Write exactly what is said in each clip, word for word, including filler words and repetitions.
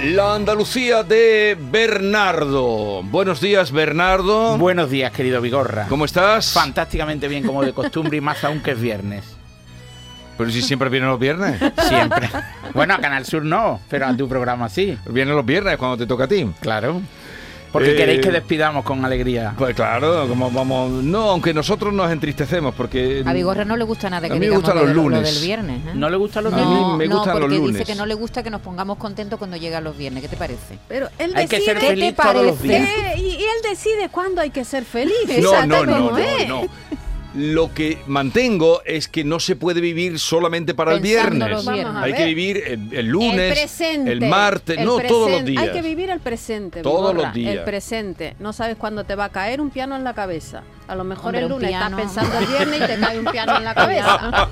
La Andalucía de Bernardo. Buenos días, Bernardo. Buenos días, querido Vigorra. ¿Cómo estás? Fantásticamente bien, como de costumbre, y más aún que es viernes. Pero si siempre vienen los viernes. Siempre. Bueno, a Canal Sur no, pero a tu programa sí. Vienen los viernes cuando te toca a ti. Claro. Porque Eh, queréis que despidamos con alegría. Pues claro, como vamos. No, aunque nosotros nos entristecemos porque. A Vigorra no le gusta nada que A mí me digamos gustan lo, los de- lo lunes. del viernes. ¿eh? ¿No le gustan los A niños? mí No, me no, gustan los porque lunes. dice que no le gusta que nos pongamos contentos cuando llegan los viernes. ¿Qué te parece? Pero él Hay que decide, ser ¿Qué feliz te todos los parece? días. eh, y, y él decide cuándo hay que ser feliz. No, Exacto, no, no, como no, es. no. Lo que mantengo es que no se puede vivir solamente para el Pensando viernes. los viernes. Vamos a Hay ver. que vivir el, el lunes, el presente, el martes, el no todos los presente. días. Hay que vivir el presente. Todos Vigorra, los días. El presente. No sabes cuándo te va a caer un piano en la cabeza. A lo mejor Hombre, el un lunes piano. estás pensando el viernes y te cae un piano en la cabeza.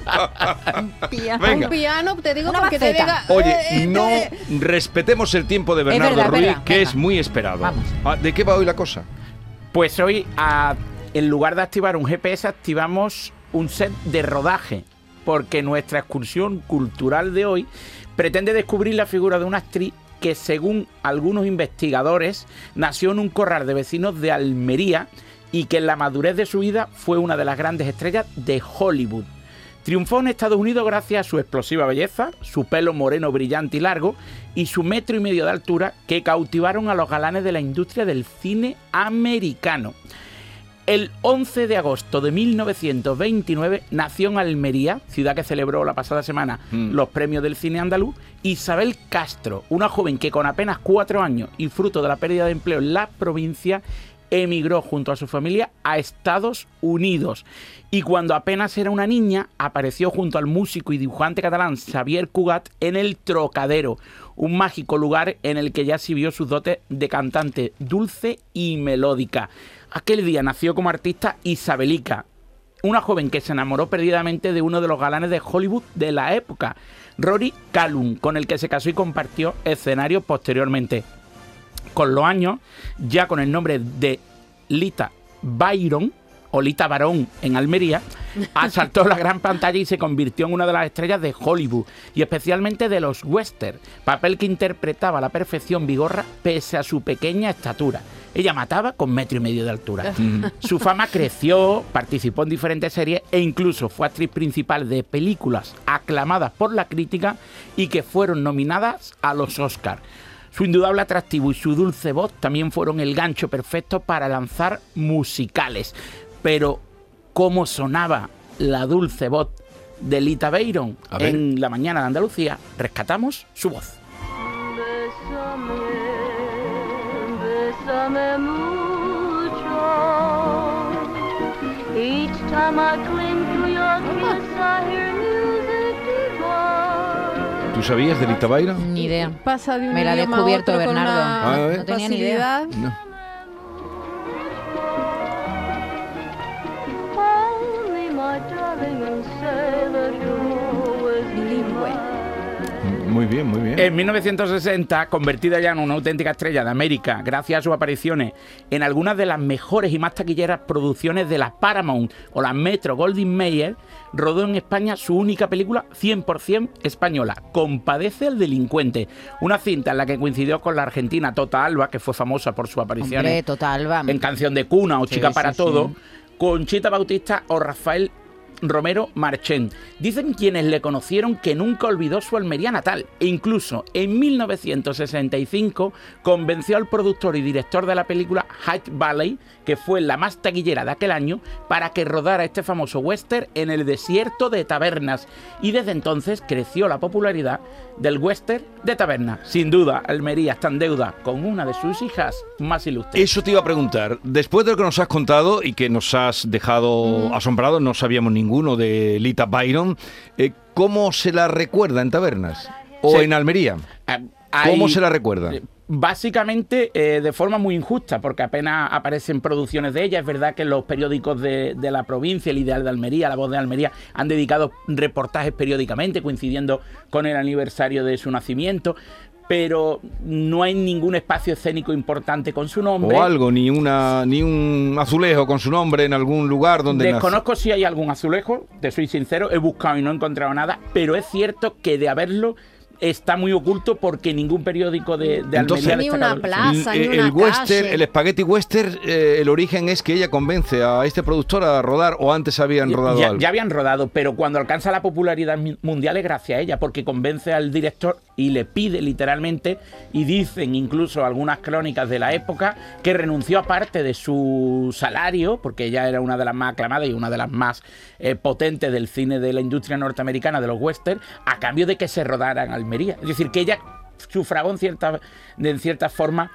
Venga. Un piano, te digo Una porque te maceta. diga. Oye, eh, no eh, respetemos el tiempo de Bernardo verdad, es Ruiz, verdad, que venga. es muy esperado. Vamos. Ah, ¿de qué va hoy la cosa? Pues hoy, a- en lugar de activar un G P S, activamos un set de rodaje, porque nuestra excursión cultural de hoy pretende descubrir la figura de una actriz que, según algunos investigadores, nació en un corral de vecinos de Almería y que en la madurez de su vida fue una de las grandes estrellas de Hollywood. Triunfó en Estados Unidos gracias a su explosiva belleza, su pelo moreno brillante y largo y su metro y medio de altura, que cautivaron a los galanes de la industria del cine americano. El once de agosto de mil novecientos veintinueve nació en Almería, ciudad que celebró la pasada semana Mm. los premios del cine andaluz, Isabel Castro, una joven que con apenas cuatro años y fruto de la pérdida de empleo en la provincia, emigró junto a su familia a Estados Unidos. Y cuando apenas era una niña, apareció junto al músico y dibujante catalán Xavier Cugat en El Trocadero, un mágico lugar en el que ya exhibió sus dotes de cantante dulce y melódica. Aquel día nació como artista Isabelica, una joven que se enamoró perdidamente de uno de los galanes de Hollywood de la época, Rory Calhoun, con el que se casó y compartió escenario posteriormente. Con los años, ya con el nombre de Lita Byron, o Lita Barón en Almería, asaltó la gran pantalla y se convirtió en una de las estrellas de Hollywood, y especialmente de los western, papel que interpretaba a la perfección Vigorra pese a su pequeña estatura. Ella mataba con metro y medio de altura. Su fama creció, participó en diferentes series e incluso fue actriz principal de películas aclamadas por la crítica y que fueron nominadas a los Oscars. Su indudable atractivo y su dulce voz también fueron el gancho perfecto para lanzar musicales. Pero, ¿cómo sonaba la dulce voz de Lita Byron A ver. en La Mañana de Andalucía? Rescatamos su voz. Bésame, bésame mucho. Each time I cling to your kiss, I hear music divine. ¿Tú sabías de Lita Byron? Ni idea. Pasa de un Me la ha idioma a descubierto otro con Bernardo. una A ver. No tenía ni idea. facilidad. No. Hold me, my darling, and say that you'll always be Bilingüe. mine. Muy bien, muy bien. En mil novecientos sesenta, convertida ya en una auténtica estrella de América, gracias a sus apariciones en algunas de las mejores y más taquilleras producciones de la Paramount o la Metro Goldwyn Mayer, rodó en España su única película cien por ciento española, Compadece al delincuente, una cinta en la que coincidió con la argentina Tota Alba, que fue famosa por sus apariciones Hombre, total, vamos. en Canción de Cuna o Sí, Chica sí, para sí. Todo, Conchita Bautista o Rafael Romero Marchén. Dicen quienes le conocieron que nunca olvidó su Almería natal e incluso en mil novecientos sesenta y cinco convenció al productor y director de la película Hyde Valley, que fue la más taquillera de aquel año, para que rodara este famoso western en el desierto de Tabernas, y desde entonces creció la popularidad del western de Tabernas. Sin duda, Almería está en deuda con una de sus hijas más ilustres. Eso te iba a preguntar. Después de lo que nos has contado y que nos has dejado asombrados, no sabíamos ninguno de Lita Byron, eh, ¿cómo se la recuerda en Tabernas? ¿O Sí. en Almería? Ah, ¿Cómo hay- se la recuerda? eh, Básicamente eh, de forma muy injusta, porque apenas aparecen producciones de ella. Es verdad que los periódicos de, de la provincia, El Ideal de Almería, La Voz de Almería, han dedicado reportajes periódicamente coincidiendo con el aniversario de su nacimiento, pero no hay ningún espacio escénico importante con su nombre. O algo, ni una ni un azulejo con su nombre en algún lugar donde nace. Desconozco si hay algún azulejo, te soy sincero, he buscado y no he encontrado nada, pero es cierto que de haberlo, está muy oculto porque ningún periódico de, de Entonces, Almería Ni destaca una lo- plaza, el, ni una el western, calle. el spaghetti western, eh, el origen es que ella convence a este productor a rodar o antes habían rodado ya, algo. ya habían rodado, pero cuando alcanza la popularidad mi- mundial es gracias a ella, porque convence al director y le pide literalmente, y dicen incluso algunas crónicas de la época, que renunció a parte de su salario, porque ella era una de las más aclamadas y una de las más eh, potentes del cine de la industria norteamericana, de los western, a cambio de que se rodara en Almería. Es decir, que ella sufragó en cierta, de- en cierta forma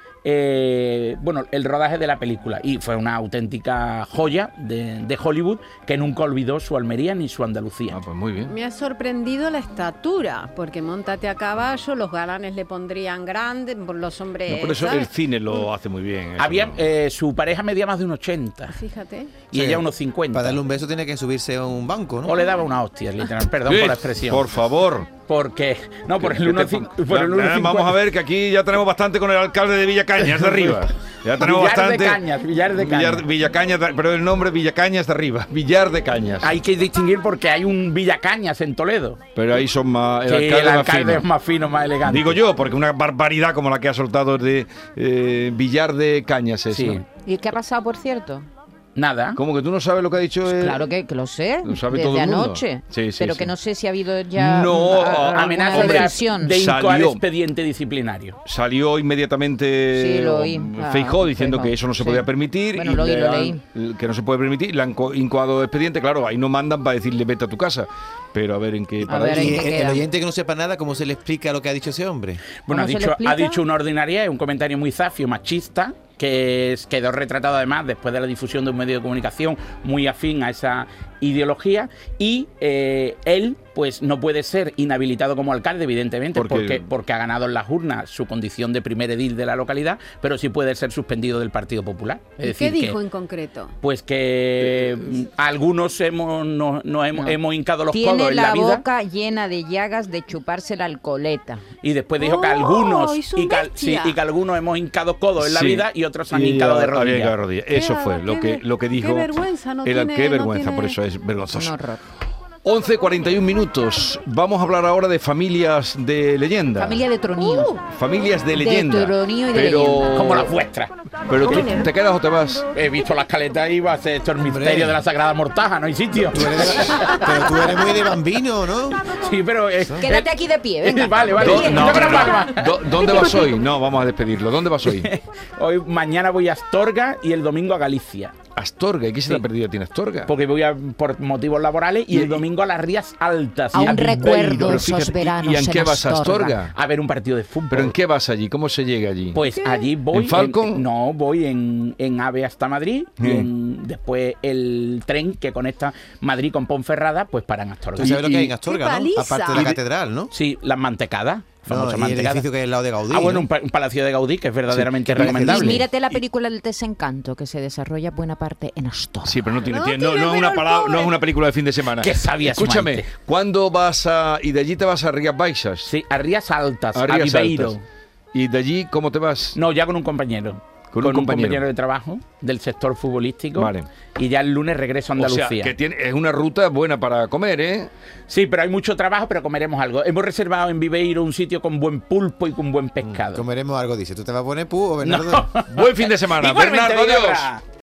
eh, bueno, el rodaje de la película, y fue una auténtica joya de, de Hollywood que nunca olvidó su Almería ni su Andalucía. Ah, pues muy bien. Me ha sorprendido la estatura, porque móntate a caballo, los galanes le pondrían grandes, los hombres... No, por eso ¿sabes? el cine lo hace muy bien. eso Había, no. eh, su pareja medía más de un ochenta Fíjate. y Sí. ella unos cincuenta. Para darle un beso tiene que subirse a un banco, ¿no? O le daba una hostia, literal. Perdón Sí, por la expresión. Por favor. Porque, no, por ¿Qué el te uno pon- por el Ya, uno eh, Vamos a ver que aquí ya tenemos bastante con el alcalde de Villacañas de arriba. Ya tenemos Villar bastante. de Cañas, Villar de Cañas. Villar- Villacañas, de- pero el nombre Villacañas de arriba. Villar de Cañas. Hay que distinguir porque hay un Villacañas en Toledo. Pero ahí son más. El Que alcalde, el más alcalde fino. es más fino, más elegante. Digo yo, porque una barbaridad como la que ha soltado de eh, Villar de Cañas es, Sí. ¿no? ¿Y qué ha pasado, por cierto? Nada. ¿Cómo que tú no sabes lo que ha dicho? eh? Claro que, que lo sé, Lo sabe desde todo el mundo. anoche. Sí, sí, pero sí. que no sé si ha habido ya No, mm, a- alguna Amenaza de, decisión. de incoar Salió. expediente disciplinario. Salió inmediatamente Sí, lo oí. eh, Ah, Feijóo diciendo Feijóo, que eso no se sí. podía permitir. Bueno, y lo oí, le lo han- que no se puede permitir. Le han co- incoado expediente. Claro, ahí no mandan para decirle vete a tu casa. Pero a ver en qué A para ver, eso. ¿en Y qué el, el queda? oyente que no sepa nada, ¿cómo se le explica lo que ha dicho ese hombre? Bueno, ha ¿Cómo se le dicho, explica? ha dicho una ordinaria, es un comentario muy zafio, machista, que es- quedó retratado además después de la difusión de un medio de comunicación muy afín a esa ideología, y eh, él pues no puede ser inhabilitado como alcalde, evidentemente, Porque- porque, porque ha ganado en las urnas su condición de primer edil de la localidad, pero sí puede ser suspendido del Partido Popular. Es ¿Y decir, qué dijo que, en concreto? pues que mm, algunos hemos, nos, nos hemos, No. hemos hincado los Tiene codos en la, la vida. boca llena de llagas de chuparse la alcoleta. Y después dijo que ¡Oh! algunos ¡Es un y que, al- sí, bestia! y que algunos hemos hincado codos en la Sí. vida y otros han Y hincado de había rodillas. hincado de rodillas. Eso Qué fue va- lo qué que, ver- lo que dijo. qué vergüenza, no Era- tiene- qué no vergüenza, tiene- por eso es Un vergonzoso. horror. once cuarenta y un minutos. Vamos a hablar ahora de familias de leyenda. Familia de tronío. Uh, Familias de De leyenda. tronío y de pero, leyenda. Como las vuestras. Pero tú te quedas o te vas. He visto las caletas y va a ser esto el misterio de la Sagrada Mortaja, no hay sitio. Tú eres de- pero tú eres muy de bambino, ¿no? Sí, pero... eh, Quédate aquí de pie, venga. Vale, vale. Do- Bien, no, toca la no, palma. do- ¿Dónde vas hoy? No, vamos a despedirlo. ¿Dónde vas hoy? Hoy, mañana voy a Astorga y el domingo a Galicia. Astorga. ¿Y qué se te Sí. ha perdido a ti en Astorga? Porque voy a, por motivos laborales y Y- el domingo a las Rías Altas. y Aún a Viveiro. recuerdo Pero esos fíjate, ¿y- veranos ¿Y en qué en vas a Astorga. Astorga? A ver un partido de fútbol. ¿Pero en qué vas allí? ¿Cómo se llega allí? Pues allí voy. ¿En Falcon? no, voy en, en AVE hasta Madrid y Mm. en- después el tren que conecta Madrid con Ponferrada, pues para en Astorga. Tú sabes lo que hay en Y- Astorga, ¡Qué ¿no? paliza! Aparte de la catedral, ¿no? Sí, las mantecadas. No, Famosas y el mantecadas. edificio que es al lado de Gaudí. Ah, bueno, ¿no? un, pa- un palacio de Gaudí que es verdaderamente Sí, que Y recomendable. mírate la película del desencanto, que se desarrolla buena parte en Astorga. Sí, pero no tiene No tiempo. No, tiene, no es pero una el palabra- pobre. no es una película de fin de semana. Qué sabia es Escúchame, Maite. ¿cuándo vas a. y de allí te vas a Rías Baixas? Sí, a Rías Altas, a, Rías Viveiro. Altas. ¿Y de allí cómo te vas? No, ya con un compañero. Con un compañero. de trabajo del sector futbolístico. Vale. Y ya el lunes regreso a O Andalucía. sea, que tiene, es una ruta buena para comer, ¿eh? Sí, pero hay mucho trabajo, pero comeremos algo. Hemos reservado en Viveiro un sitio con buen pulpo y con buen pescado. Comeremos algo, dice. ¿Tú te vas a poner pu o Bernardo? Buen fin de semana. Igualmente, Bernardo, adiós. Vigorra.